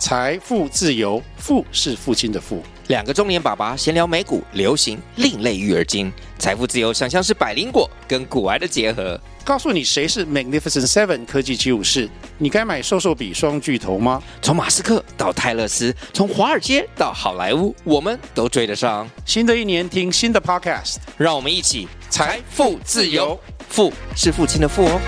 财富自由，富是父亲的富。 两个中年爸爸闲聊美股、流行、另类育儿经，财富自由想象是百灵果跟股癌的结合。 告诉你谁是 Magnificent Seven 科技75士，你该买瘦瘦比双巨头吗？ 从马斯克到泰勒斯，从华尔街到好莱坞，我们都追得上。 新的一年听新的 Podcast， 让我们一起财富自由， 富是父亲的富哦。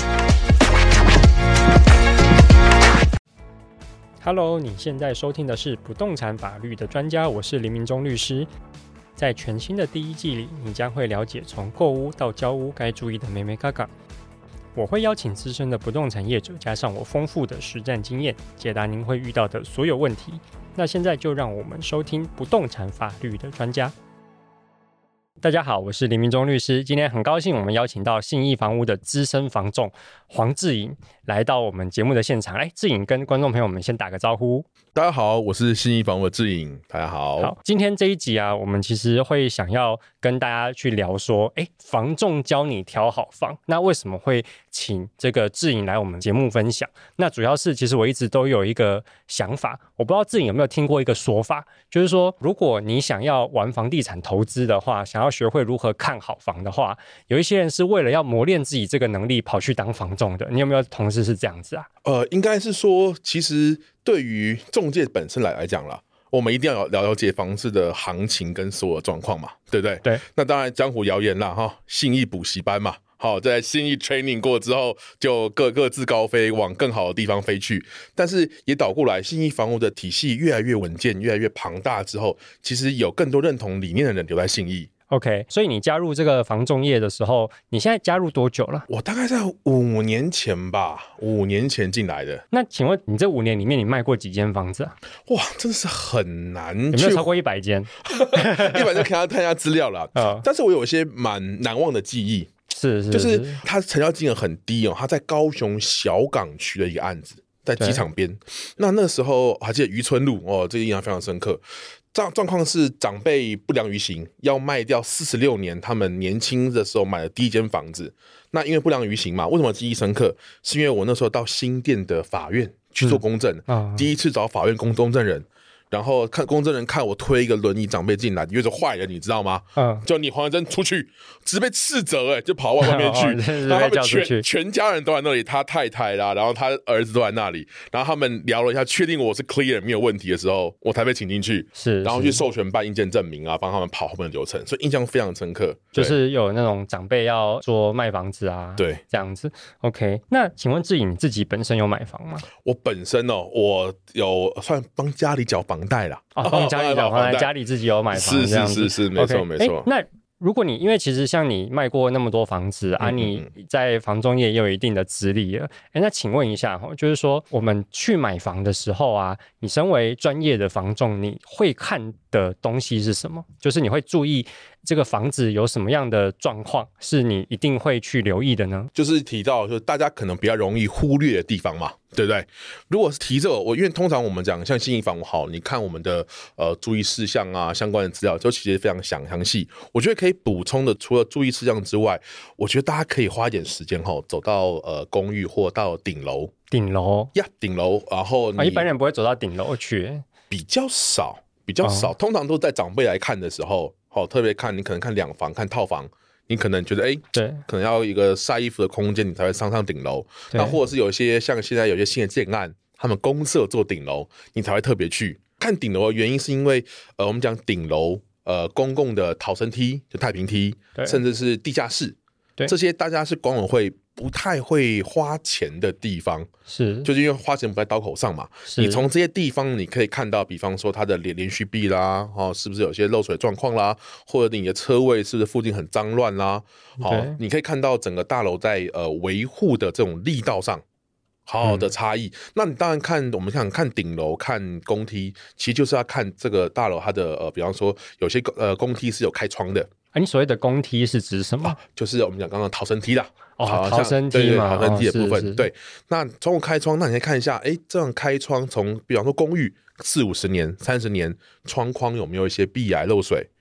Hello， 你现在收听的是不动产法律的专家，我是林明忠律师。在全新的第一季里，你将会了解从购屋到交屋该注意的眉眉角角。我会邀请资深的不动产业者，加上我丰富的实战经验，解答您会遇到的所有问题。那现在就让我们收听不动产法律的专家。大家好，我是林明忠律师。今天很高兴我们邀请到信义房屋的资深房仲黄志颖来到我们节目的现场。来，志颖跟观众朋友们先打个招呼。 大家好，我是信义房屋的志颖。大家好。 好，今天这一集啊，我们其实会想要跟大家去聊说，房仲教你挑好房。那为什么会请这个志颖来我们节目分享？那主要是其实我一直都有一个想法，我不知道志颖有没有听过一个说法，就是说，如果你想要玩房地产投资的话，想要学会如何看好房的话，有一些人是为了要磨练自己这个能力跑去当房仲的。你有没有同事是这样子啊？ 应该是说，其实对于仲介本身来讲啦，我们一定要了解房市的行情跟所有状况嘛，对不对？ 对。 那当然江湖谣言啦，信义补习班嘛，好，在信义 training 过之后，就各自高飞，往更好的地方飞去。但是也倒过来，信义房屋的体系越来越稳健，越来越庞大之后，其实有更多认同理念的人留在信义。 OK， 所以你加入这个房仲业的时候，你现在加入多久了？ 我大概在5年前吧，5年前进来的。 那请问你这5年里面，你卖过几间房子啊？ 哇，真的是很难。 有没有超过100间 ？100就看一下资料了。但是我有一些蛮难忘的记忆， 是就是它成交金额很低哦，它在高雄小港区的一个案子，在机场边。那时候还记得渔村路哦，这个印象非常深刻。状况是长辈不良于行，要卖掉46年他们年轻的时候买的第一间房子。那因为不良于行嘛，为什么记忆深刻？是因为我那时候到新店的法院去做公证，第一次找法院公证人。然后看公证人看我推一个轮椅长辈进来，因为是坏人，你知道吗？就你黄仁珍出去，只被斥责，就跑到外面去。然后他们全家人都在那里，他太太啦，然后他儿子都在那里。然后他们聊了一下，确定我是 clear 没有问题的时候，我才被请进去。然后去授权办印鉴证明啊，帮他们跑后面的流程，所以印象非常深刻。 就是有那种长辈要做卖房子啊， 对， 这样子。OK， 那请问志颖你自己本身有买房吗？ 我本身我有算帮家里缴房贷啦。 帮家里缴房贷，家里自己有买房， 是，没错没错。 那如果你因为其实像你卖过那么多房子啊，你在房仲业也有一定的资历了，那请问一下就是说我们去买房的时候啊，你身为专业的房仲，你会看的东西是什么？就是你会注意这个房子有什么样的状况是你一定会去留意的呢？ 就是提到就是大家可能比较容易忽略的地方嘛，对不对？如果是提这个，因为通常我们讲像信义房屋好，你看我们的注意事项啊，相关的资料都其实非常详细。我觉得可以补充的，除了注意事项之外，我觉得大家可以花一点时间走到公寓或到顶楼，顶楼，然后一般人不会走到顶楼去， 比较少，通常都在长辈来看的时候。特别看你可能看两房看套房，你可能觉得对，可能要一个晒衣服的空间，你才会上顶楼。那或者是有一些像现在有些新的建案，他们公设做顶楼，你才会特别去看顶楼的原因，是因为我们讲顶楼公共的逃生梯就太平梯，甚至是地下室，这些大家是管委会不太会花钱的地方，就是因为花钱不在刀口上嘛。你从这些地方你可以看到，比方说它的连续壁啦，是不是有些漏水状况啦，或者你的车位是不是附近很脏乱啦，你可以看到整个大楼在维护的这种力道上好的差异。那你当然我们看顶楼看公梯，其实就是要看这个大楼它的比方说有些公梯是有开窗的。 你所谓的公梯是指什么？ 就是我们讲刚刚逃生梯啦。 逃生梯嘛， 逃生梯的部分。对，那窗户开窗，那你可以看一下，这样开窗从比方说公寓40-50年、30年，窗框有没有一些壁癌漏水？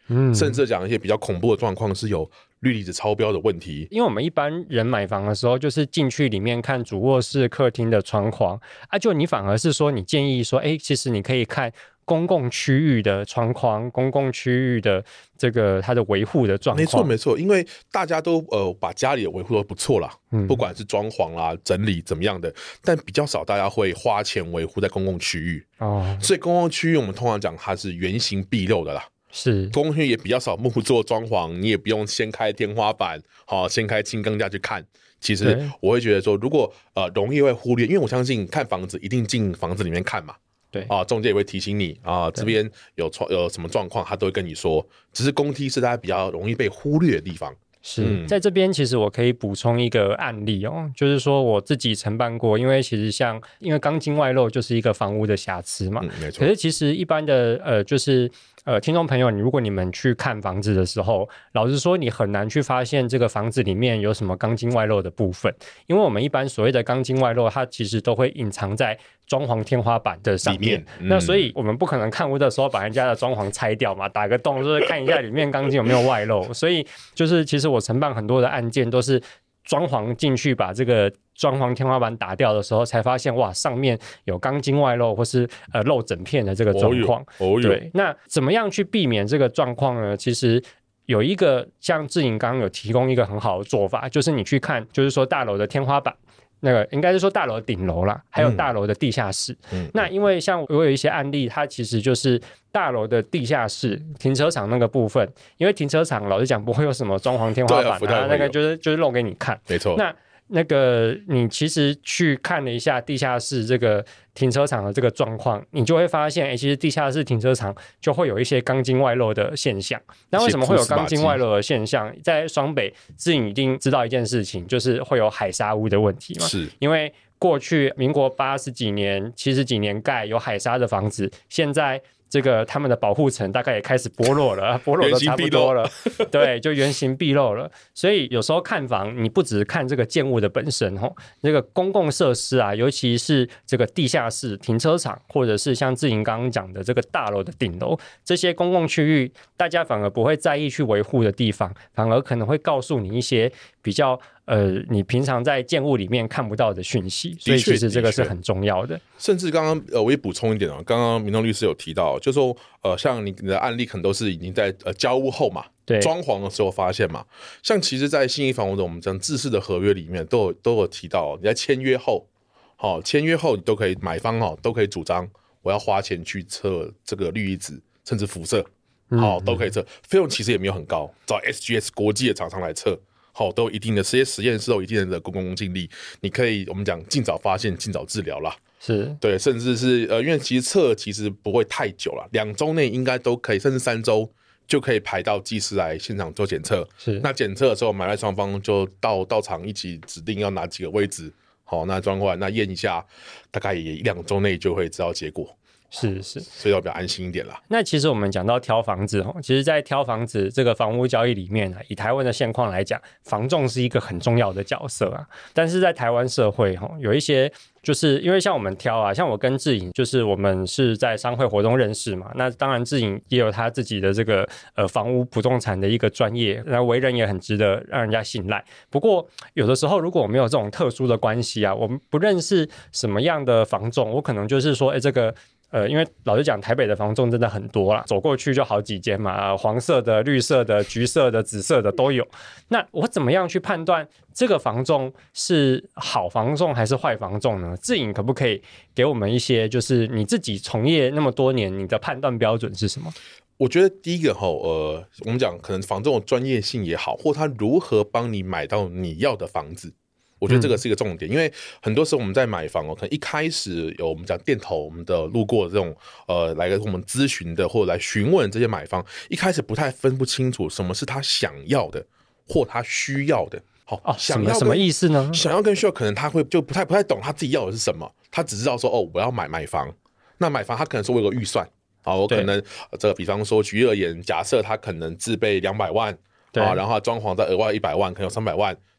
甚至讲一些比较恐怖的状况是有氯离子超标的问题。 因为我们一般人买房的时候，就是进去里面看主卧室、客厅的窗框啊，就你反而是说，你建议说，其实你可以看公共区域的窗框、公共区域的这个它的维护的状况。 没错，因为大家都把家里的维护都不错啦，不管是装潢啦、整理怎么样的，但比较少大家会花钱维护在公共区域。所以公共区域我们通常讲它是原形毕露的啦。 是， 公共区域也比较少木做装潢，你也不用掀开天花板，掀开轻钢架去看。其实我会觉得说，如果容易会忽略，因为我相信看房子一定进房子里面看嘛。 对中介也会提醒你这边有什么状况，他都会跟你说。只是公梯是大家比较容易被忽略的地方。 是在这边，其实我可以补充一个案例就是说我自己承办过，因为其实因为钢筋外露就是一个房屋的瑕疵嘛， 没错。 可是其实一般的就是听众朋友，如果你们去看房子的时候，老实说你很难去发现这个房子里面有什么钢筋外露的部分，因为我们一般所谓的钢筋外露，它其实都会隐藏在装潢天花板的上面。那所以我们不可能看屋的时候把人家的装潢拆掉嘛，打个洞就是看一下里面钢筋有没有外露。所以就是其实我承办很多的案件都是装潢进去把这个装潢天花板打掉的时候，才发现哇，上面有钢筋外露或是漏整片的这个状况。对，那怎么样去避免这个状况呢？其实有一个像志颖刚刚有提供一个很好的做法，就是你去看，就是说大楼的天花板。那个应该是说大楼的顶楼啦，还有大楼的地下室。那因为像我有一些案例，它其实就是大楼的地下室停车场那个部分，因为停车场老实讲不会有什么装潢天花板那个就是露给你看。 没错。 那个你其实去看了一下地下室这个停车场的这个状况，你就会发现其实地下室停车场就会有一些钢筋外露的现象。那为什么会有钢筋外露的现象？在双北志颖一定知道一件事情，就是会有海沙屋的问题嘛。 是因为过去民国80几年70几年盖有海沙的房子，现在这个他们的保护层大概也开始剥落了，剥落的差不多了，对，就原形毕露了。所以有时候看房，你不只是看这个建物的本身那个公共设施啊，尤其是这个地下室停车场，或者是像志颖刚刚讲的这个大楼的顶楼，这些公共区域，大家反而不会在意去维护的地方，反而可能会告诉你一些比较你平常在建物里面看不到的讯息，所以其实这个是很重要的。 甚至刚刚我也补充一点刚刚民众律师有提到，就是说像你的案例可能都是已经在交屋后嘛，对，装潢的时候发现嘛，像其实在信义房屋的我们这样制式的合约里面都有提到，你在签约后你都可以买方都可以主张我要花钱去测这个氯离子甚至辐射，都可以测，费用其实也没有很高，找 SGS 国际的厂商来测。都有一定的这些实验室都有一定的公共净利，你可以我们讲尽早发现尽早治疗啦。 是对，甚至是因为其实测其实不会太久了，2周内应该都可以，甚至3周就可以排到技师来现场做检测。 是那检测的时候买卖双方就到场一起指定要哪几个位置，那装过来那验一下，大概也1-2周内就会知道结果。 是， 所以要比较安心一点啦。 那其实我们讲到挑房子其实在挑房子这个房屋交易里面以台湾的现况来讲，房仲是一个很重要的角色啊。但是在台湾社会有一些就是因为像我们挑啊，像我跟志颖就是我们是在商会活动认识嘛，那当然志颖也有他自己的这个房屋不动产的一个专业，那为人也很值得让人家信赖。不过有的时候如果我没有这种特殊的关系啊，我们不认识什么样的房仲，我可能就是说这个因为老实讲台北的房仲真的很多啦，走过去就好几间嘛，黄色的、绿色的、橘色的、紫色的都有。那我怎么样去判断这个房仲是好房仲还是坏房仲呢？志颖可不可以给我们一些就是你自己从业那么多年你的判断标准是什么？ 我觉得第一个我们讲可能房仲的专业性也好，或他如何帮你买到你要的房子，我觉得这个是一个重点。因为很多时候我们在买房可能一开始有我们讲店头我们的路过的这种来跟我们咨询的或者来询问这些买方，一开始不太分不清楚什么是他想要的或他需要的。 什么意思呢？ 想要跟需要可能他会就不太懂他自己要的是什么，他只知道说我要买房。那买房他可能说我有个预算，我可能这个比方说举例而言，假设他可能自备200万，然后他装潢再额外100万，可能有300万，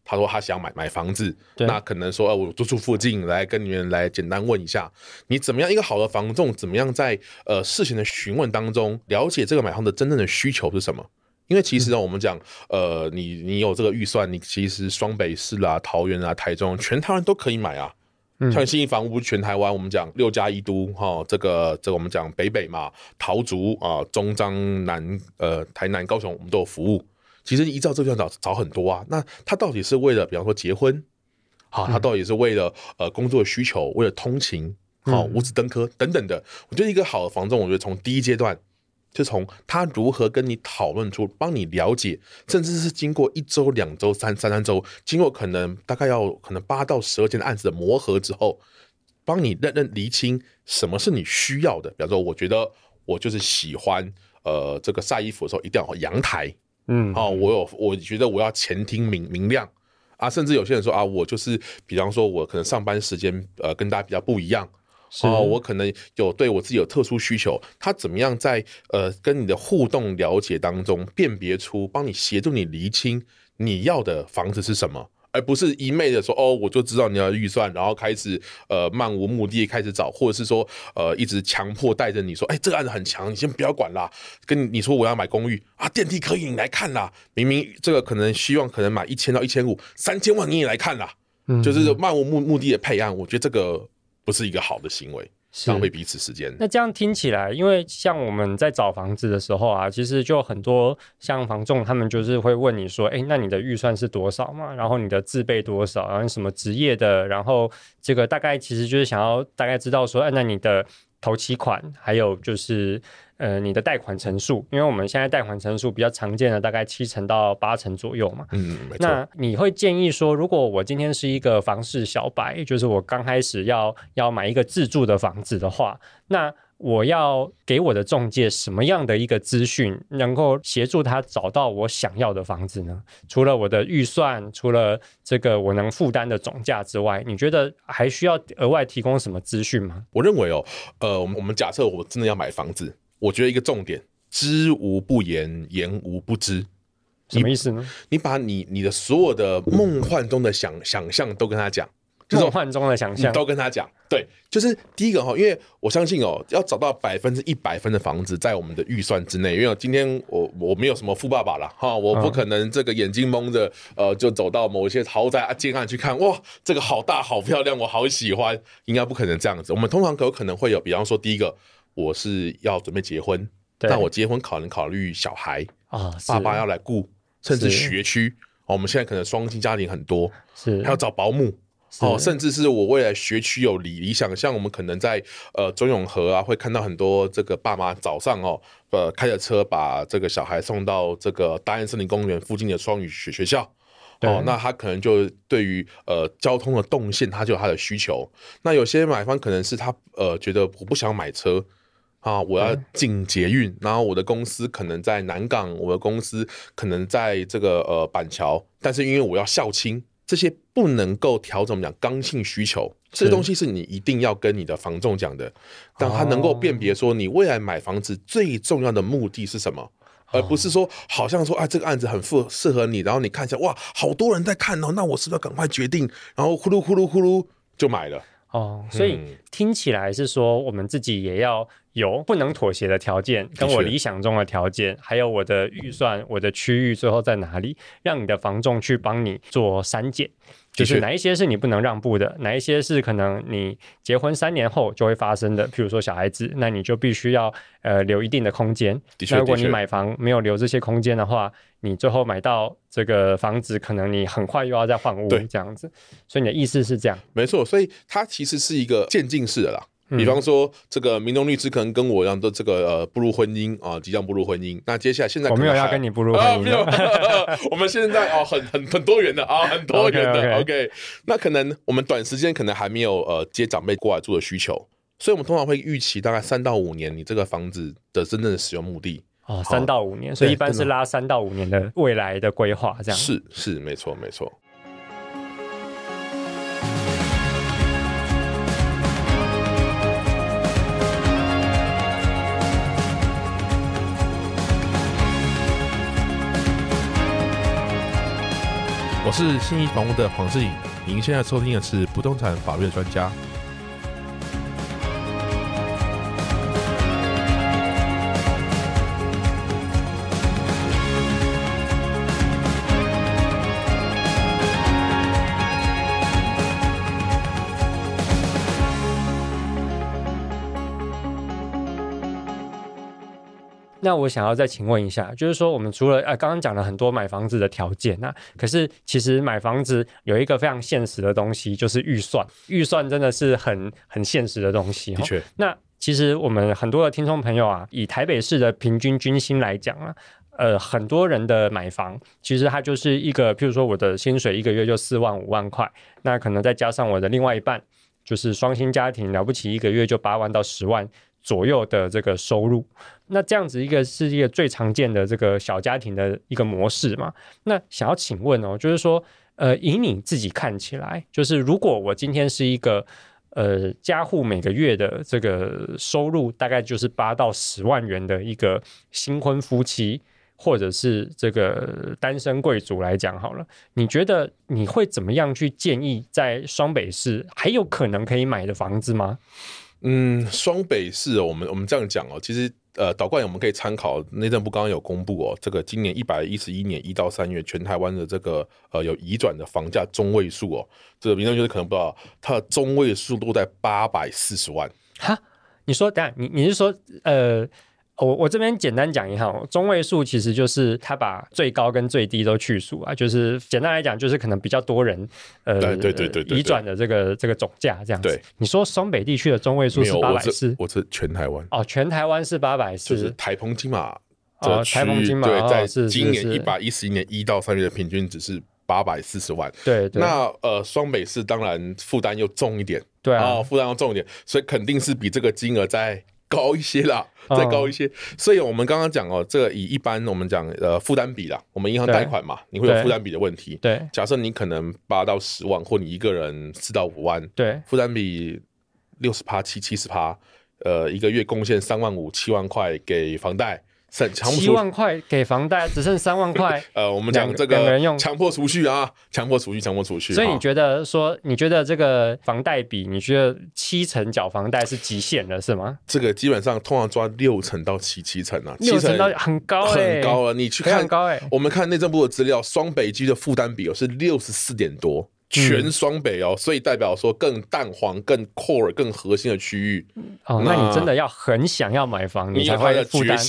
他说他想买房子，那可能说我住附近，来跟你们来简单问一下，你怎么样一个好的房仲，怎么样在事前的询问当中了解这个买房的真正的需求是什么？因为其实我们讲，你有这个预算，你其实双北市啦、桃园啊、台中，全台湾都可以买啊。像信义房屋全台湾，我们讲6+1都哈，这个我们讲北嘛，桃竹啊、中彰南台南、高雄，我们都有服务。其实依照这个找很多啊。那他到底是为了，比方说结婚，好，他到底是为了工作的需求，为了通勤，好，五子登科等等的。我觉得一个好的房仲，我觉得从第一阶段。就从他如何跟你讨论出，帮你了解，甚至是经过1周、2周、3周，经过可能大概可能8到12件的案子的磨合之后，帮你厘清什么是你需要的。比方说，我觉得我就是喜欢这个晒衣服的时候一定要有阳台，我觉得我要前厅明亮啊，甚至有些人说啊，我就是比方说我可能上班时间跟大家比较不一样。我可能对我自己有特殊需求，他怎么样在跟你的互动了解当中辨别出，帮你协助你厘清你要的房子是什么，而不是一昧的说我就知道你要预算，然后开始漫无目的开始找，或者是说一直强迫带着你说，这个案子很强，你先不要管啦，跟你说我要买公寓啊，电梯可以你来看啦，明明这个可能希望可能买1000到1500，3000万你也来看啦，就是漫无目的的配案，我觉得这个不是一个好的行为，浪费彼此时间。 那这样听起来，因为像我们在找房子的时候啊，其实就很多像房仲他们就是会问你说，那你的预算是多少嘛？然后你的自备多少？然后什么职业的？然后这个大概其实就是想要大概知道说，那你的头期款，还有就是你的贷款成数，因为我们现在贷款成数比较常见的大概7成到8成左右嘛。 没错。 那你会建议说，如果我今天是一个房市小白，就是我刚开始要买一个自住的房子的话，那我要给我的仲介什么样的一个资讯，能够协助他找到我想要的房子呢？除了我的预算，除了这个我能负担的总价之外，你觉得还需要额外提供什么资讯吗？ 我认为我们假设我真的要买房子，我觉得一个重点，知无不言，言无不知。 什么意思呢？ 你把你的所有的梦幻中的想象都跟他讲， 梦幻中的想象都跟他讲。对，就是第一个因为我相信要找到100分的房子在我们的预算之内，因为今天我没有什么富爸爸啦我不可能这个眼睛蒙着就走到某一些豪宅建案去看，哇，这个好大好漂亮，我好喜欢，应该不可能这样子。我们通常有可能会有，比方说第一个，我是要准备结婚，但我结婚考虑小孩爸爸要来顾，甚至学区我们现在可能双薪家庭很多，还要找保姆甚至是我未来学区有理想，像我们可能在中永和会看到很多这个爸妈早上开着车把这个小孩送到这个大安森林公园附近的双语学校那他可能就对于交通的动线他就有他的需求。那有些买方可能是他觉得我不想买车我要进捷运，然后我的公司可能在南港，我的公司可能在这个板桥，但是因为我要校庆，这些不能够调整我们讲刚性需求，这些东西是你一定要跟你的房仲讲的，让他能够辨别说你未来买房子最重要的目的是什么，而不是说好像说这个案子很适合你，然后你看一下哇好多人在看那我是不是要赶快决定，然后呼噜就买了所以听起来是说我们自己也要有不能妥协的条件，跟我理想中的条件，还有我的预算，我的区域最后在哪里，让你的房仲去帮你做删减，就是哪一些是你不能让步的，哪一些是可能你结婚3年后就会发生的，譬如说小孩子，那你就必须要留一定的空间。那如果你买房没有留这些空间的话，你最后买到这个房子，可能你很快又要再换屋这样子。所以你的意思是这样？ 没错，所以它其实是一个渐进式的啦。比方说，这个民众律师可能跟我一样，都这个步入婚姻即将步入婚姻。那接下来现在我没有要跟你步入婚姻， 没有我们现在很多元的很多元的 OK。那可能我们短时间可能还没有接长辈过来住的需求，所以我们通常会预期大概3到5年，你这个房子的真正的使用目的 3到5年，所以一般是拉3到5年的未来的规划，这样是没错。我是信义房屋的黄世颖，您现在收听的是不动产法律的专家。 那我想要再请问一下，就是说我们除了刚刚讲了很多买房子的条件，那可是其实买房子有一个非常现实的东西，就是预算。预算真的是很现实的东西。 的确。 那其实我们很多的听众朋友啊，以台北市的平均均薪来讲啊，很多人的买房其实它就是一个，譬如说我的薪水一个月就4万5万块，那可能再加上我的另外一半，就是双薪家庭，了不起一个月就8万到10万左右的这个收入。那这样子是一个最常见的这个小家庭的一个模式嘛。那想要请问哦，就是说以你自己看起来，就是如果我今天是一个家户每个月的这个收入大概就是8到10万元的一个新婚夫妻，或者是这个单身贵族来讲好了，你觉得你会怎么样去建议在双北市还有可能可以买的房子吗？ 双北市我们这样讲哦，其实导冠我们可以参考内政部刚刚有公布哦，这个今年111年1到3月全台湾的这个有移转的房价中位数哦，这个民众就是可能不知道，它的中位数都在840万。 哈，你说等一下你是说我这边简单讲一下，中位数其实就是他把最高跟最低都去除啊，就是简单来讲就是可能比较多人对移转的这个总价这样子。对，你说双北地区的中位数是840， 我是全台湾哦，全台湾是840， 就是台澎金马台澎金马对，在今年111年1到3月的平均值是840万。 对， 那双北市当然负担又重一点， 对啊， 负担又重一点，所以肯定是比这个金额再高一些啦，再高一些。所以我们刚刚讲哦，这个以一般我们讲负担比啦，我们银行贷款嘛，你会有负担比的问题。 对， 假设你可能8到10万，或你一个人4到5万， 对， 负担比60%、70%，一个月贡献3万5、7万块给房贷。 7万块给房贷，只剩3万块。 我们讲这个强迫储蓄啊，强迫储蓄。 所以你觉得这个房贷比，你觉得7成缴房贷是极限了，是吗？ 这个基本上通常抓6成到7成啊 ，6成到很高很高了。你去看， 很高我们看内政部的资料，双北区的负担比是64点多。全双北哦，所以代表说更蛋黄、更 core、更核心的区域。 那你真的要很想要买房，你才会负担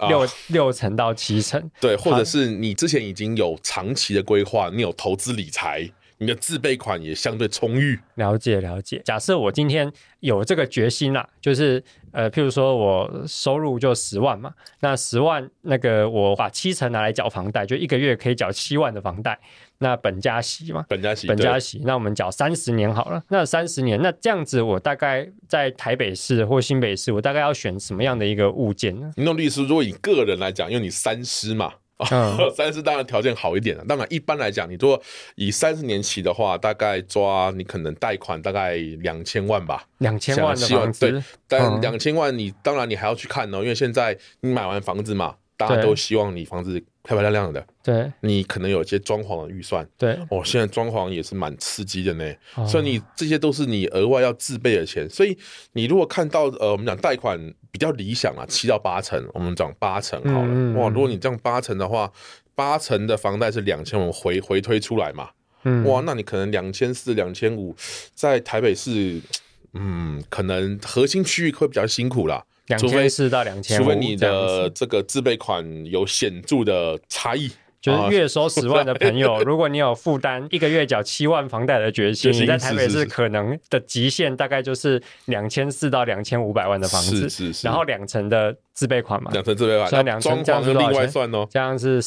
6成到7成。 对，或者是你之前已经有长期的规划，你有投资理财，你的自备款也相对充裕。 了解。假设我今天有这个决心啦，就是譬如说我收入就10万嘛，那10万那个我把7成拿来缴房贷，就一个月可以缴7万的房贷。那本加息嘛，本加息，那我们缴30年好了。那30年，那这样子，我大概在台北市或新北市，我大概要选什么样的一个物件呢？ 民众律师，如果以个人来讲，因为你三师嘛，3师当然条件好一点了。当然，一般来讲，你如果以30年期的话，大概抓你可能贷款大概2000万吧 ，2000万的房子。 对，但2000万你当然你还要去看哦，因为现在你买完房子嘛，大家都希望你房子漂漂亮亮的， 对， 你可能有一些装潢的预算， 对， 现在装潢也是蛮刺激的呢，所以你这些都是你额外要自备的钱，所以你如果看到我们讲贷款比较理想啊，7到8成，我们讲8成好了，哇，如果你这样8成的话，8成的房贷是2000，我们回推出来嘛，哇，那你可能2400、2500，在台北市，可能核心区域会比较辛苦啦。 2400到2500， 除非你的这个自备款有显著的差异， 就是月收10万的朋友，如果你有负担一个月缴7万房贷的决心，你在台北市可能的极限大概就是2400到2500万的房子，是，然后2成的自备款嘛，2 成自备款， 算2成，这样是另外算哦， 这样是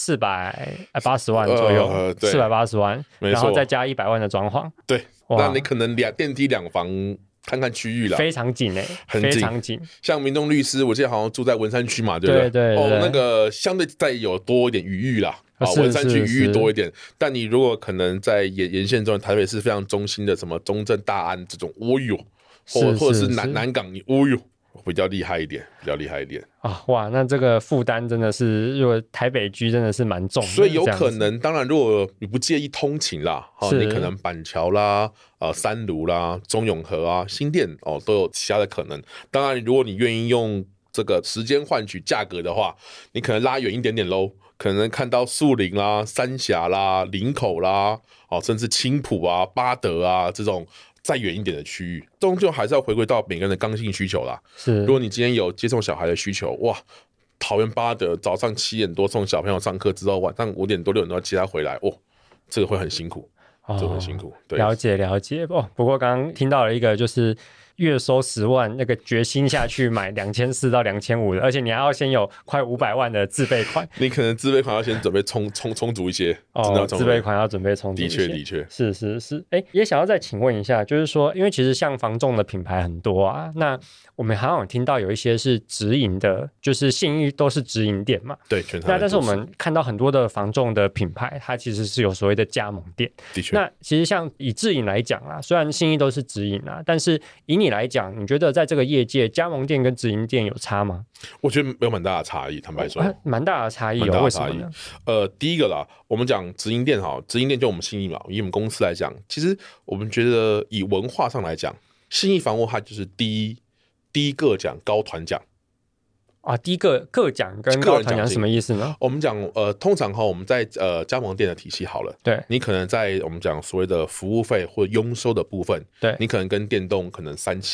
480万左右，480万，然后再加100万的装潢， 对，那你可能电梯2房。看看区域啦， 非常紧非常紧。 像民众律师，我记得好像住在文山区嘛，对不对？ 对。 那个相对再有多一点余裕啦，文山区余裕多一点。但你如果可能在沿线中，台北市非常中心的什么中正、大安这种，或者是南港， 比较厉害一点啊！哇，那这个负担真的是，如果台北居真的是蛮重的， 所以有可能，当然如果你不介意通勤啦，你可能板桥啦、三芦啦、中永和啊、新店都有其他的可能。当然，如果你愿意用这个时间换取价格的话，你可能拉远一点点咯，可能看到树林啦、三峡啦、林口啦，甚至青埔啊、八德啊这种再远一点的区域，终究还是要回归到每个人的刚性需求啦。 是， 如果你今天有接送小孩的需求，哇，桃园八德早上7点多送小朋友上课，之后晚上5点多6点多接他回来，这个会很辛苦，这个很辛苦。对， 了解不过刚刚听到了一个就是月收10万，那个决心下去买2400到2500的，而且你还要先有快500万的自备款， 你可能自备款要先准备充足一些， 自备款要准备充足一些， 的确是，也想要再请问一下，就是说，因为其实像房仲的品牌很多啊，那我们好像有听到有一些是直营的，就是信义都是直营店嘛， 对，全台。 那但是我们看到很多的房仲的品牌，它其实是有所谓的加盟店， 的确。 那其实像以直营来讲啦，虽然信义都是直营啦，但是以你来讲，你觉得在这个业界，加盟店跟直营店有差吗？ 我觉得有蛮大的差异，坦白说， 蛮大的差异为什么呢？ 第一个啦，我们讲直营店直营店就我们信义嘛，以我们公司来讲，其实我们觉得以文化上来讲，信义房屋它就是第一个奖高团奖。 第一个个奖跟高团奖是什么意思呢？ 我们讲通常我们在加盟店的体系好了， 对， 你可能在我们讲所谓的服务费或佣收的部分， 对， 你可能跟电动可能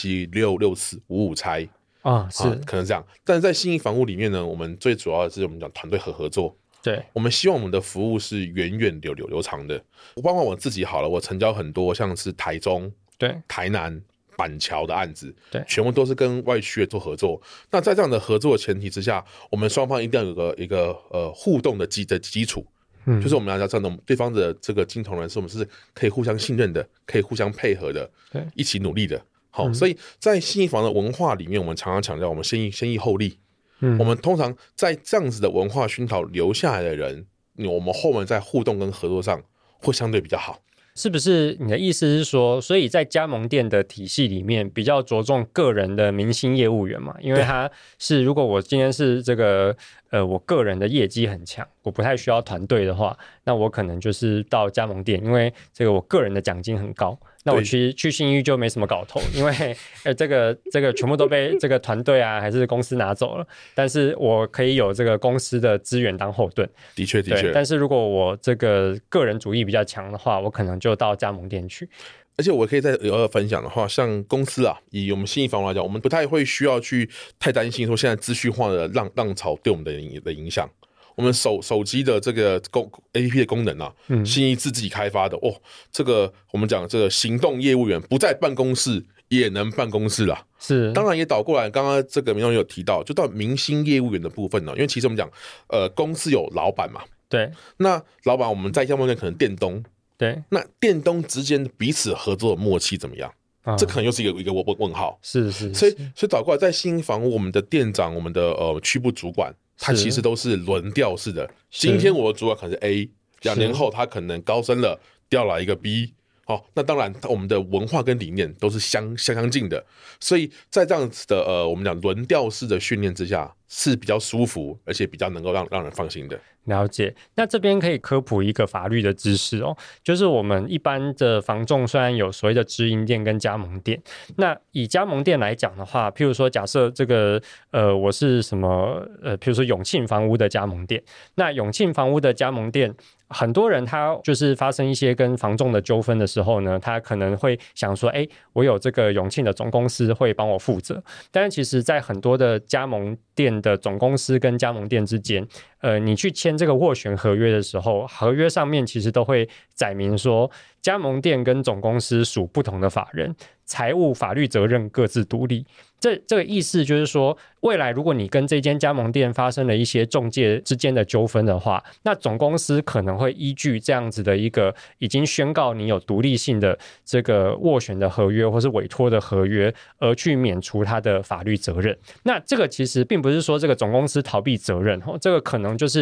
37、64、55拆是可能这样。但是在信义房屋里面呢，我们最主要的是我们讲团队合作， 对， 我们希望我们的服务是源远流长的。包括我自己好了，我成交很多像是台中、 对， 台南、板桥的案子， 对， 全部都是跟外区做合作。那在这样的合作的前提之下，我们双方一定要有一个互动的基础，就是我们要知道对方的这个金同人是我们是可以互相信任的，可以互相配合的， 对， 一起努力的。好，所以在信义房的文化里面，我们常常强调我们先易后利。我们通常在这样子的文化熏陶留下来的人，我们后面在互动跟合作上会相对比较好。 是不是你的意思是说，所以在加盟店的体系里面比较着重个人的明星业务员嘛？因为他是如果我今天是这个我个人的业绩很强，我不太需要团队的话，那我可能就是到加盟店，因为这个我个人的奖金很高。那我去信义就没什么搞头，因为这个全部都被这个团队啊还是公司拿走了，但是我可以有这个公司的资源当后盾。 的确。 但是如果我这个个人主义比较强的话，我可能就到加盟店去。 而且我可以再有二分享的话，像公司啊，以我们信义房屋来讲，我们不太会需要去太担心说现在资讯化的浪潮对我们的影响。我们手机的这个 APP 的功能啊，信义自己开发的这个我们讲这个行动业务员不在办公室也能办公室啦。 是， 当然也倒过来，刚刚这个民众有提到，就到明星业务员的部分呢，因为其实我们讲公司有老板嘛， 对， 那老板我们在加盟店可能店东， 对， 那店东之间彼此合作的默契怎么样？这可能又是一个问号。 是， 所以倒过来，在信义房屋，我们的店长、我们的区部主管，他其实都是轮调式的。今天我的主管可能是 A，2年后他可能高升了，调来一个 B。那当然我们的文化跟理念都是相近的，所以在这样子的我们讲轮调式的训练之下是比较舒服，而且比较能够让人放心的。 了解。那这边可以科普一个法律的知识就是我们一般的房仲虽然有所谓的直营店跟加盟店，那以加盟店来讲的话，譬如说假设这个我是什么譬如说永庆房屋的加盟店，那永庆房屋的加盟店很多人他就是发生一些跟房仲的纠纷的时候呢，他可能会想说我有这个永庆的总公司会帮我负责，但是其实在很多的加盟店的总公司跟加盟店之间你去签这个斡旋合约的时候，合约上面其实都会载明说加盟店跟总公司属不同的法人，财务法律责任各自独立。这个意思就是说，未来如果你跟这间加盟店发生了一些仲介之间的纠纷的话，那总公司可能会依据这样子的一个已经宣告你有独立性的这个斡旋的合约或是委托的合约，而去免除他的法律责任。那这个其实并不是说这个总公司逃避责任，这个可能就是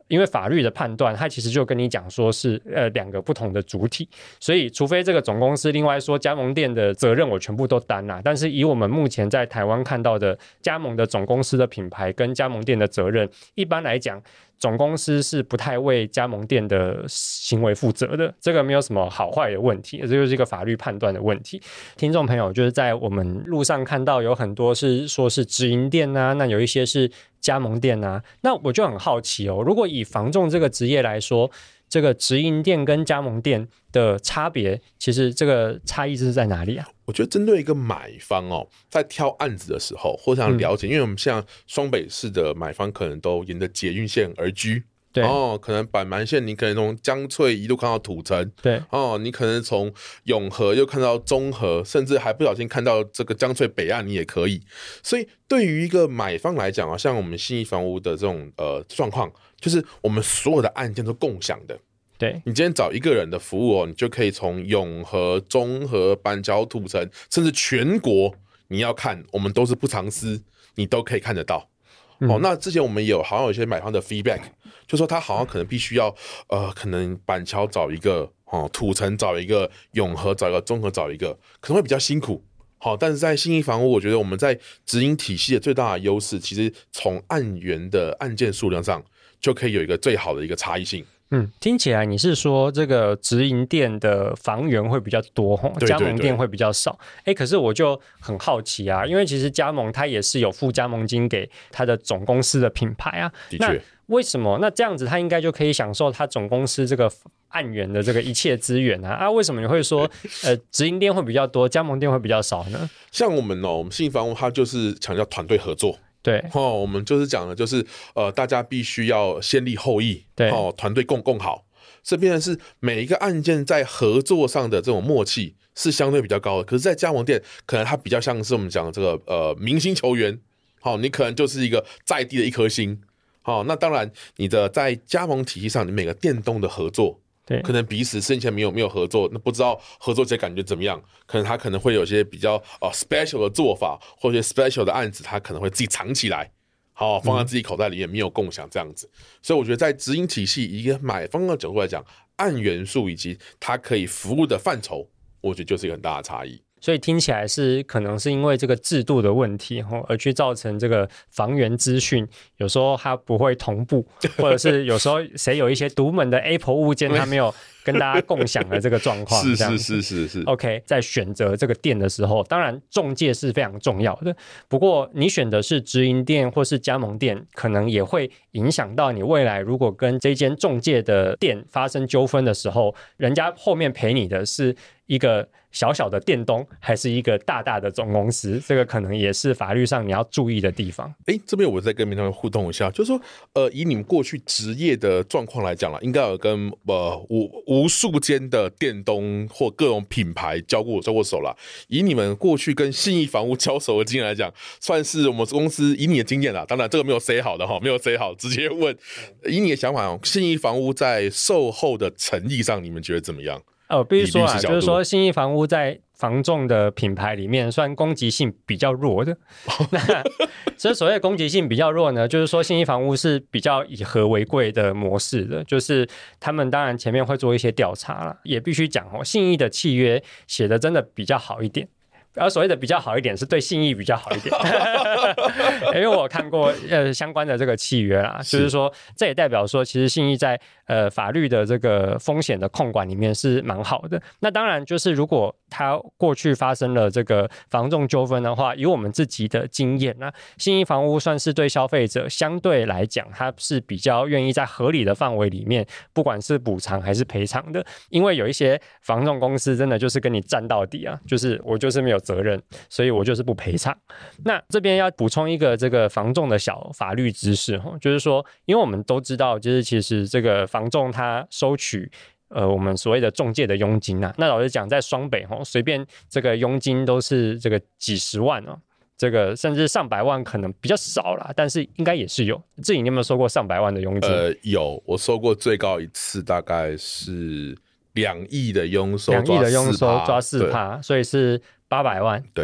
因为法律的判断，它其实就跟你讲说是2个不同的主体，所以除非这个总公司另外说加盟店的责任我全部都担啦，但是以我们目前在台湾看到的加盟的总公司的品牌跟加盟店的责任，一般来讲总公司是不太为加盟店的行为负责的，这个没有什么好坏的问题，这就是一个法律判断的问题。听众朋友就是在我们路上看到有很多是说是直营店啊，那有一些是加盟店啊，那我就很好奇哦，如果以房仲这个职业来说，这个直营店跟加盟店的差别，其实这个差异是在哪里啊？ 我觉得针对一个买方在挑案子的时候，或想了解，因为我们像双北市的买方可能都沿着捷运线而居。 对可能板南线你可能从江翠一路看到土城， 对你可能从永和又看到中和，甚至还不小心看到这个江翠北岸，你也可以。所以对于一个买方来讲像我们信义房屋的这种状况，就是我们所有的案件都共享的。 对， 你今天找一个人的服务你就可以从永和、中和、板桥、土城，甚至全国，你要看我们都是不藏私，你都可以看得到。那之前我们好像有一些买方的 feedback， 就说他好像可能必须要可能板桥找一个土城找一个，永和找一个，中和找一个，可能会比较辛苦。但是在信义房屋，我觉得我们在直营体系的最大的优势，其实从案源的案件数量上，就可以有一个最好的一个差异性。 听起来你是说这个直营店的房源会比较多，加盟店会比较少。可是我就很好奇啊，因为其实加盟它也是有付加盟金给它的总公司的品牌啊。 的确， 那为什么？那这样子它应该就可以享受它总公司这个案源的这个一切资源啊？为什么你会说直营店会比较多，加盟店会比较少呢？ 像我们信义房屋它就是强调团队合作。 对我们就是讲的就是大家必须要先立后议， 对团队共好，这边是每一个案件在合作上的这种默契是相对比较高的。可是在加盟店可能它比较像是我们讲的这个明星球员，你可能就是一个在地的一颗星。那当然你的在加盟体系上，你每个店东的合作可能彼此之前没有合作，那不知道合作起来感觉怎么样，可能他可能会有些比较special 的做法，或者 special 的案子他可能会自己藏起来，放在自己口袋里面没有共享这样子。所以我觉得在直营体系一个买方的角度来讲，按元素以及它可以服务的范畴，我觉得就是一个很大的差异。 所以听起来是可能是因为这个制度的问题而去造成这个房源资讯有时候它不会同步，或者是有时候谁有一些独门的 Apple 物件它没有跟大家共享的这个状况。 是 OK， 在选择这个店的时候，当然仲介是非常重要的，不过你选的是直营店或是加盟店，可能也会影响到你未来如果跟这间仲介的店发生纠纷的时候，人家后面陪你的是一个小小的店东还是一个大大的总公司，这个可能也是法律上你要注意的地方。 这边我再跟民众互动一下，就是说以你们过去职业的状况来讲啦，应该有跟无数间的店东或各种品牌交过手啦。以你们过去跟信义房屋交手的经验来讲，算是我们公司以你的经验啦，当然这个没有 say 好的没有 say 好，直接问以你的想法信义房屋在售后的诚意上，你们觉得怎么样？ 必须说啊，就是说信义房屋在房仲的品牌里面算攻击性比较弱的。那所以所谓的攻击性比较弱呢，就是说信义房屋是比较以和为贵的模式的，就是他们当然前面会做一些调查啦，也必须讲信义的契约写的真的比较好一点。而所谓的比较好一点是对信义比较好一点因为我看过相关的这个契约啦，就是说这也代表说其实信义在法律的这个风险的控管里面是蛮好的。那当然就是如果他过去发生了这个房仲纠纷的话，以我们自己的经验信义房屋算是对消费者相对来讲他是比较愿意在合理的范围里面，不管是补偿还是赔偿的。因为有一些房仲公司真的就是跟你战到底啊，就是我就是没有责任，所以我就是不赔偿。那这边要补充一个这个房仲的小法律知识，就是说因为我们都知道就是其实这个房仲他收取我们所谓的仲介的佣金那老实讲在双北随便这个佣金都是这个几十万这个甚至上百万可能比较少啦，但是应该也是有。自己你有没有收过上百万的佣金？ 有，我收过最高一次大概是2亿的佣收， 抓 4%， 所以是800万。 对，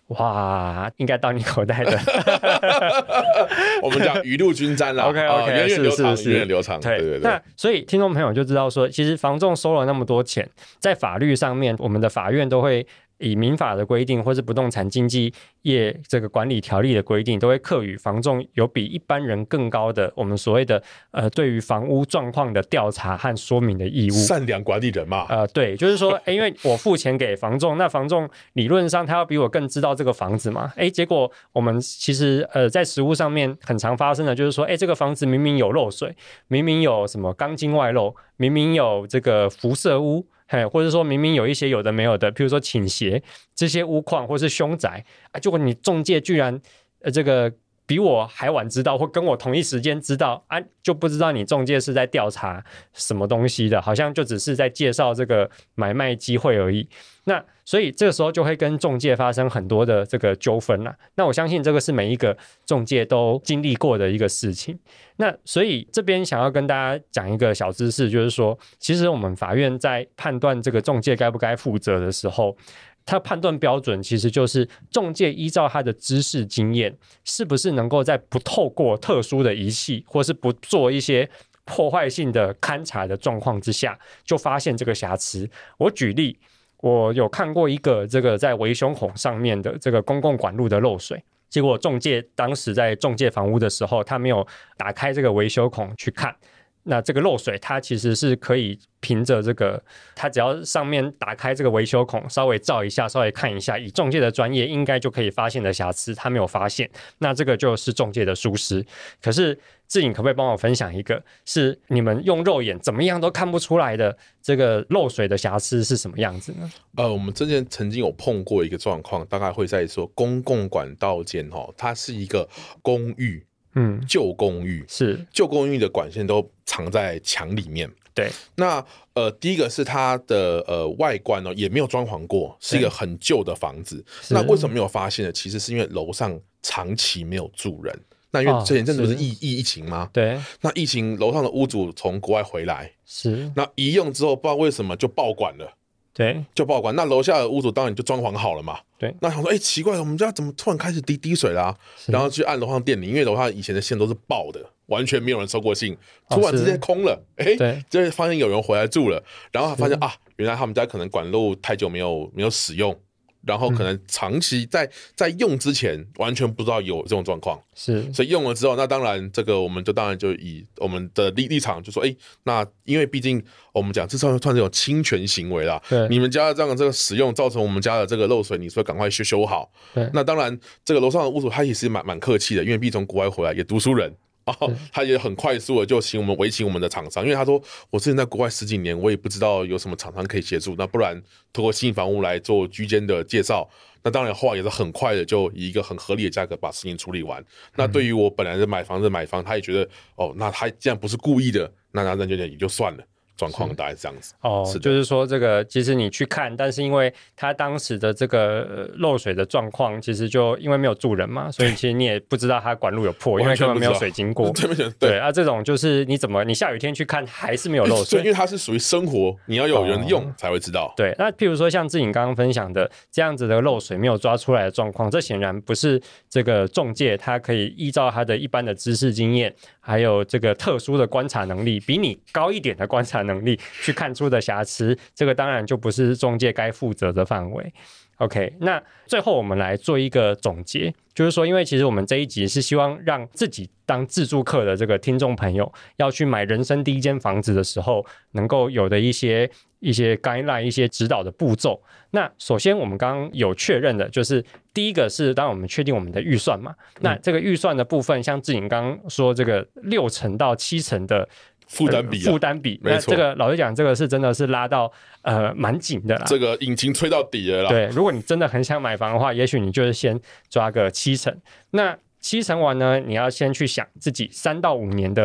哇，应该到你口袋的。 我们讲雨露均沾啦。 OK， 源远流长， 是源远流长。对。 那所以听众朋友就知道说，其实房仲收了那么多钱，在法律上面，我们的法院都会以民法的规定，或是不动产经纪业这个管理条例的规定，都会课予房仲有比一般人更高的我们所谓的对于房屋状况的调查和说明的义务。 善良管理人嘛。 对，就是说，因为我付钱给房仲，那房仲理论上他要比我更知道这个房子嘛。结果我们其实在实务上面很常发生的就是说，这个房子明明有漏水，明明有什么钢筋外露，明明有这个辐射屋。或者说明明有一些有的没有的，譬如说倾斜这些屋况或是凶宅结果你仲介居然这个比我还晚知道，或跟我同一时间知道就不知道你仲介是在调查什么东西的，好像就只是在介绍这个买卖机会而已。那所以这个时候就会跟仲介发生很多的这个纠纷啦。那我相信这个是每一个仲介都经历过的一个事情。那所以这边想要跟大家讲一个小知识，就是说其实我们法院在判断这个仲介该不该负责的时候，他判断标准其实就是仲介依照他的知识经验，是不是能够在不透过特殊的仪器，或是不做一些破坏性的勘察的状况之下，就发现这个瑕疵。我举例，我有看过一个这个在维修孔上面的这个公共管路的漏水，结果仲介当时在仲介房屋的时候，他没有打开这个维修孔去看。那这个漏水它其实是可以凭着这个，它只要上面打开这个维修孔，稍微照一下，稍微看一下，以仲介的专业应该就可以发现的瑕疵，他没有发现，那这个就是仲介的疏失。可是志颖可不可以帮我分享一个是你们用肉眼怎么样都看不出来的这个漏水的瑕疵是什么样子呢？ 我们之前曾经有碰过一个状况，大概会在说公共管道间它是一个公寓。旧公寓，是旧公寓的管线都藏在墙里面。 对， 那第一个是它的外观也没有装潢过，是一个很旧的房子。那为什么没有发现呢？其实是因为楼上长期没有住人。那因为前阵子不是疫情吗？ 对， 那疫情楼上的屋主从国外回来， 是那一用之后不知道为什么就爆管了。 对， 就爆管。那楼下的屋主当然就装潢好了嘛。 对， 那想说，奇怪，我们家怎么突然开始滴水啦？然后去按楼上电铃，因为楼下以前的线都是爆的，完全没有人收过信，突然之间空了，对，就发现有人回来住了，然后发现原来他们家可能管路太久没有使用。然后可能长期在用之前完全不知道有这种状况，是，所以用了之后，那当然这个我们就当然就以我们的立场就说，那因为毕竟我们讲这算是有侵权行为啦，对，你们家这样的这个使用造成我们家的这个漏水，你说赶快修好，对，那当然这个楼上的屋主他也是蛮客气的，因为毕竟从国外回来也读书人。他也很快速的就委请我们的厂商，因为他说我之前在国外10几年，我也不知道有什么厂商可以协助，那不然透过新房屋来做居间的介绍，那当然后来也是很快的就以一个很合理的价格把事情处理完。那对于我本来是买房，他也觉得那他既然不是故意的，那也就算了。状况大概是这样子就是说这个其实你去看，但是因为他当时的这个漏水的状况，其实就因为没有住人嘛，所以其实你也不知道他管路有破，因为根本没有水经过。对这种就是你下雨天去看还是没有漏水， 因为它是属于生活，你要有人用才会知道。 对，那譬如说像志颖刚刚分享的这样子的漏水没有抓出来的状况，这显然不是这个仲介他可以依照他的一般的知识经验，还有这个特殊的观察能力，比你高一点的观察能力去看出的瑕疵，这个当然就不是仲介该负责的范围。OK， 那最后我们来做一个总结，就是说因为其实我们这一集是希望让自己当自住客的这个听众朋友要去买人生第一间房子的时候能够有的一些 guideline 一些指导的步骤。那首先我们刚刚有确认的就是第一个是当我们确定我们的预算嘛，那这个预算的部分像志颖刚刚说这个60%到70%的负担比， 那这个老实讲，这个是真的是拉到蛮紧的啦。 这个引擎吹到底了啦。 对，如果你真的很想买房的话，也许你就是先抓个70%。那70%完呢，你要先去想自己3到5年的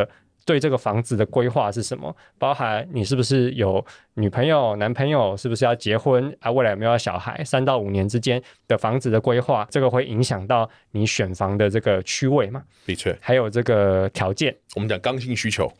对这个房子的规划是什么，包含你是不是有女朋友男朋友，是不是要结婚啊，未来有没有小孩，3到5年之间的房子的规划，这个会影响到你选房的这个区位嘛， 的确， 还有这个条件， 我们讲刚性需求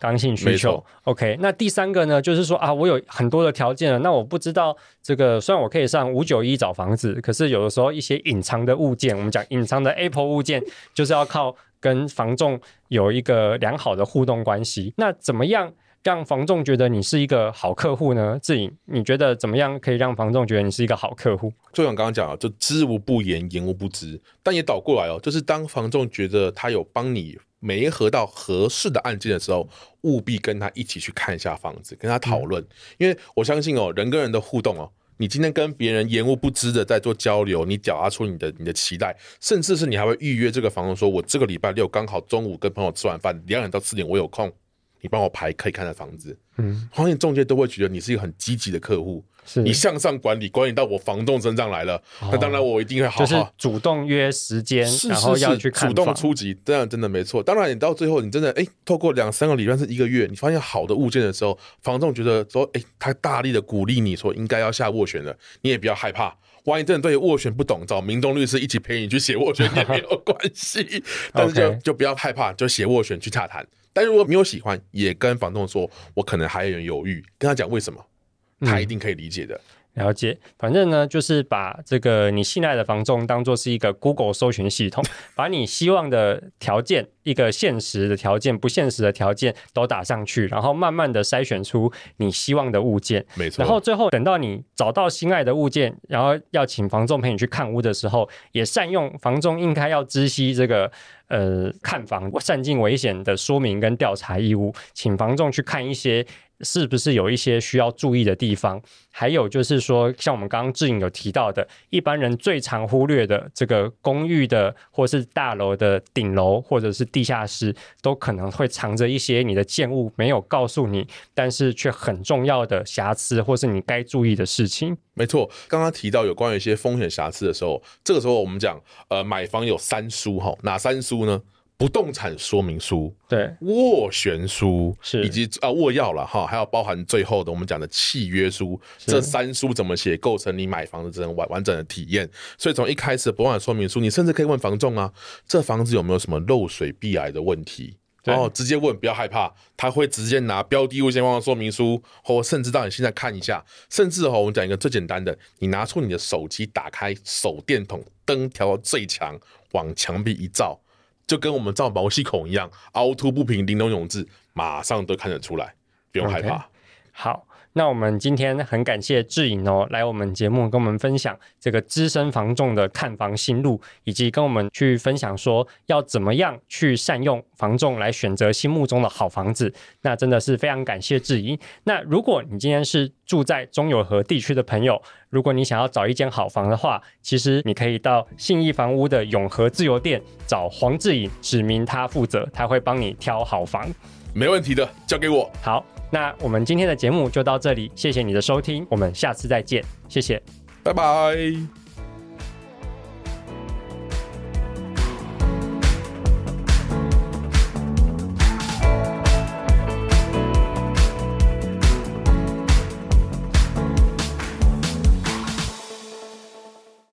OK， 那第3个呢就是说啊，我有很多的条件了，那我不知道这个，虽然我可以上591找房子，可是有的时候一些隐藏的物件，我们讲隐藏的 Apple 物件，就是要靠跟房仲有一个良好的互动关系。那怎么样让房仲觉得你是一个好客户呢？志颖，你觉得怎么样可以让房仲觉得你是一个好客户？ 就像刚刚讲的，就知无不言，言无不知，但也倒过来就是当房仲觉得他有帮你媒合到合适的案件的时候，务必跟他一起去看一下房子，跟他讨论，因为我相信人跟人的互动你今天跟别人言无不知的在做交流，你表达出你的期待，甚至是你还会预约这个房东说，我这个礼拜6刚好中午跟朋友吃完饭，2点到4点我有空，你帮我排可以看的房子。房地中介都会觉得你是一个很积极的客户，你向上管理到我房仲身上来了，那当然我一定会好好就是主动约时间，然后要去看房， 主动出击，这样真的没错。当然你到最后你真的透过2-3个礼拜是1个月，你发现好的物件的时候，房仲觉得说他大力的鼓励你说应该要下斡旋了，你也不要害怕，万一真的对斡旋不懂，找明东律师一起陪你去写斡旋也没有关系但是就不要害怕，就写斡旋去洽谈。但如果没有喜欢，也跟房东说我可能还有点犹豫，跟他讲为什么，他一定可以理解的。 了解，反正呢，就是把这个你信赖的房仲当作是一个 Google 搜寻系统，把你希望的条件，一个现实的条件、不现实的条件都打上去，然后慢慢的筛选出你希望的物件。 没错。 然后最后等到你找到心爱的物件，然后要请房仲陪你去看屋的时候，也善用房仲应该要知悉这个看房善尽危险的说明跟调查义务，请房仲去看一些是不是有一些需要注意的地方，还有就是说像我们刚刚志颖有提到的，一般人最常忽略的这个公寓的或是大楼的顶楼或者是地下室，都可能会藏着一些你的建物没有告诉你，但是却很重要的瑕疵或是你该注意的事情。 没错，刚刚提到有关于一些风险瑕疵的时候，这个时候我们讲买房有3书哪3书呢？不动产说明书， 对， 斡旋书， 是以及斡要了还有包含最后的我们讲的契约书，这3书怎么写构成你买房的这种完整的体验。所以从一开始的不动产说明书，你甚至可以问房仲这房子有没有什么漏水壁癌的问题，直接问，不要害怕，他会直接拿标的物现况说明书，或甚至让你现在看一下，甚至我们讲一个最简单的，你拿出你的手机，打开手电筒，灯调到最强，往墙壁一照，就跟我们照毛细孔一样，凹凸不平，玲珑有致，马上都看得出来，不用害怕。 好，那我们今天很感谢志颖来我们节目跟我们分享这个资深房仲的看房心路，以及跟我们去分享说要怎么样去善用房仲来选择心目中的好房子。那真的是非常感谢志颖。那如果你今天是住在中永和地区的朋友，如果你想要找一间好房的话，其实你可以到信义房屋的永和自由店找黄志颖，指明他负责，他会帮你挑好房。 没问题的，交给我。 好，那我们今天的节目就到这里，谢谢你的收听，我们下次再见，谢谢， 拜拜。